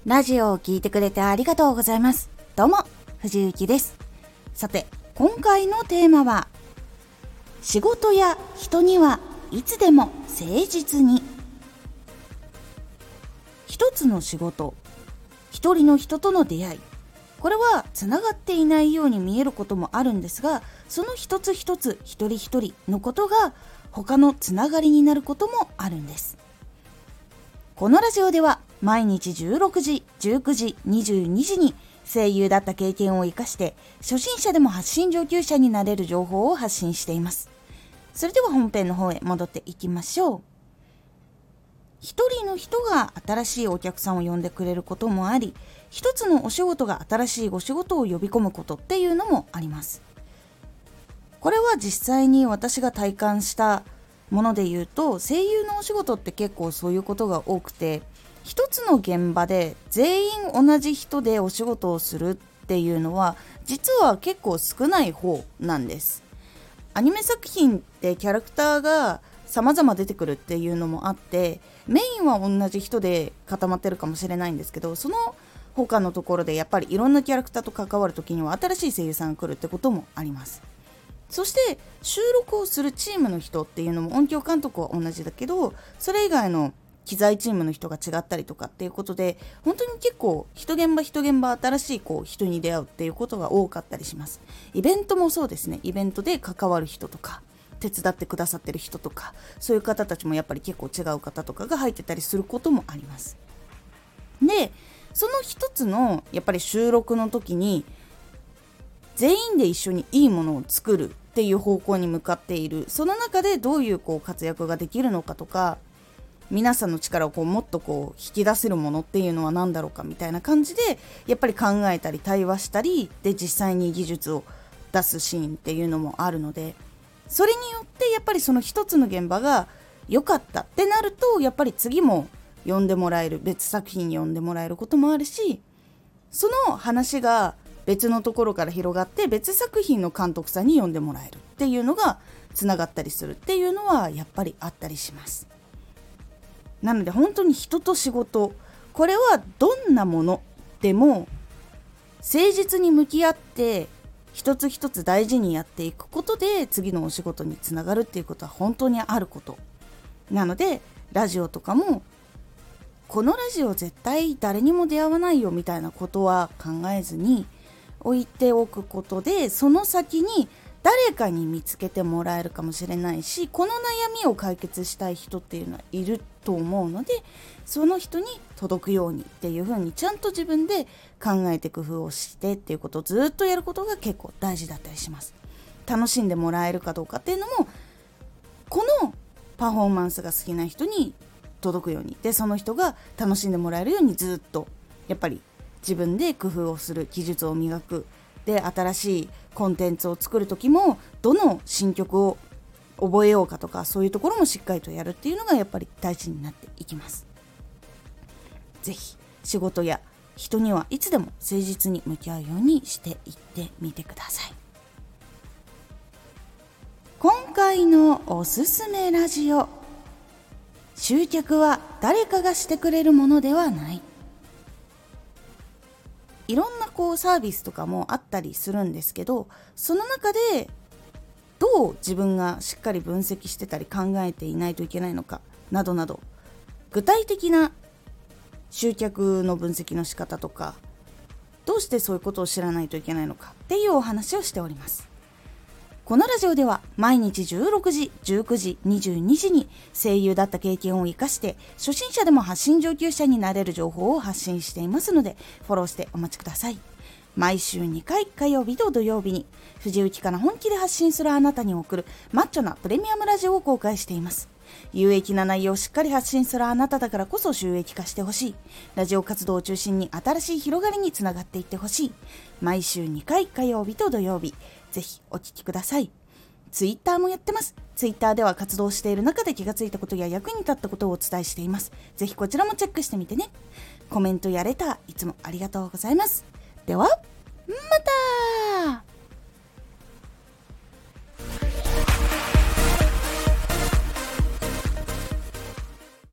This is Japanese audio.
ラジオを聞いてくれてありがとうございます。どうも、藤幸です。さて、今回のテーマは、仕事や人にはいつでも誠実に。一つの仕事、一人の人との出会い、これはつながっていないように見えることもあるんですが、その一つ一つ、一人一人のことが他のつながりになることもあるんです。このラジオでは毎日16時、19時、22時に声優だった経験を生かして初心者でも発信上級者になれる情報を発信しています。それでは本編の方へ戻っていきましょう。一人の人が新しいお客さんを呼んでくれることもあり、一つのお仕事が新しいお仕事を呼び込むことっていうのもあります。これは実際に私が体感したもので言うと、声優のお仕事って結構そういうことが多くて、一つの現場で全員同じ人でお仕事をするっていうのは実は結構少ない方なんです。アニメ作品ってキャラクターが様々出てくるっていうのもあって、メインは同じ人で固まってるかもしれないんですけど、その他のところでやっぱりいろんなキャラクターと関わるときには新しい声優さんが来るってこともあります。そして収録をするチームの人っていうのも音響監督は同じだけど、それ以外の機材チームの人が違ったりとかっていうことで、本当に結構一現場新しい人に出会うっていうことが多かったりします。イベントもそうですね。イベントで関わる人とか手伝ってくださってる人とか、そういう方たちもやっぱり結構違う方とかが入ってたりすることもあります。で、その一つのやっぱり収録の時に全員で一緒にいいものを作るっていう方向に向かっている。その中でどういう活躍ができるのかとか、皆さんの力をもっと引き出せるものっていうのは何だろうかみたいな感じでやっぱり考えたり対話したりで、実際に技術を出すシーンっていうのもあるので、それによってやっぱりその一つの現場が良かったってなると、やっぱり次も呼んでもらえる、別作品に呼んでもらえることもあるし、その話が別のところから広がって別作品の監督さんに呼んでもらえるっていうのがつながったりするっていうのはやっぱりあったりします。なので本当に人と仕事、これはどんなものでも誠実に向き合って一つ一つ大事にやっていくことで次のお仕事につながるっていうことは本当にあることなので、ラジオとかもこのラジオ絶対誰にも出会わないよみたいなことは考えずに置いておくことで、その先に誰かに見つけてもらえるかもしれないし、この悩みを解決したい人っていうのはいると思うので、その人に届くようにっていう風にちゃんと自分で考えて工夫をしてっていうことをずっとやることが結構大事だったりします。楽しんでもらえるかどうかっていうのも、このパフォーマンスが好きな人に届くようにで、その人が楽しんでもらえるようにずっとやっぱり自分で工夫をする、技術を磨く。で、新しいコンテンツを作る時もどの新曲を覚えようかとか、そういうところもしっかりとやるっていうのがやっぱり大事になっていきます。ぜひ仕事や人にはいつでも誠実に向き合うようにしていってみてください。今回のおすすめラジオ、集客は誰かがしてくれるものではない。いろんなサービスとかもあったりするんですけど、その中でどう自分がしっかり分析してたり考えていないといけないのかなどなど、具体的な集客の分析の仕方とか、どうしてそういうことを知らないといけないのかっていうお話をしております。このラジオでは毎日16時、19時、22時に声優だった経験を生かして初心者でも発信上級者になれる情報を発信していますので、フォローしてお待ちください。毎週2回、火曜日と土曜日に藤雪から本気で発信するあなたに送るマッチョなプレミアムラジオを公開しています。有益な内容をしっかり発信するあなただからこそ収益化してほしい。ラジオ活動を中心に新しい広がりにつながっていってほしい。毎週2回、火曜日と土曜日、ぜひお聞きください。ツイッターもやってます。ツイッターでは活動している中で気がついたことや役に立ったことをお伝えしています。ぜひこちらもチェックしてみてね。コメントやレターいつもありがとうございます。ではまた。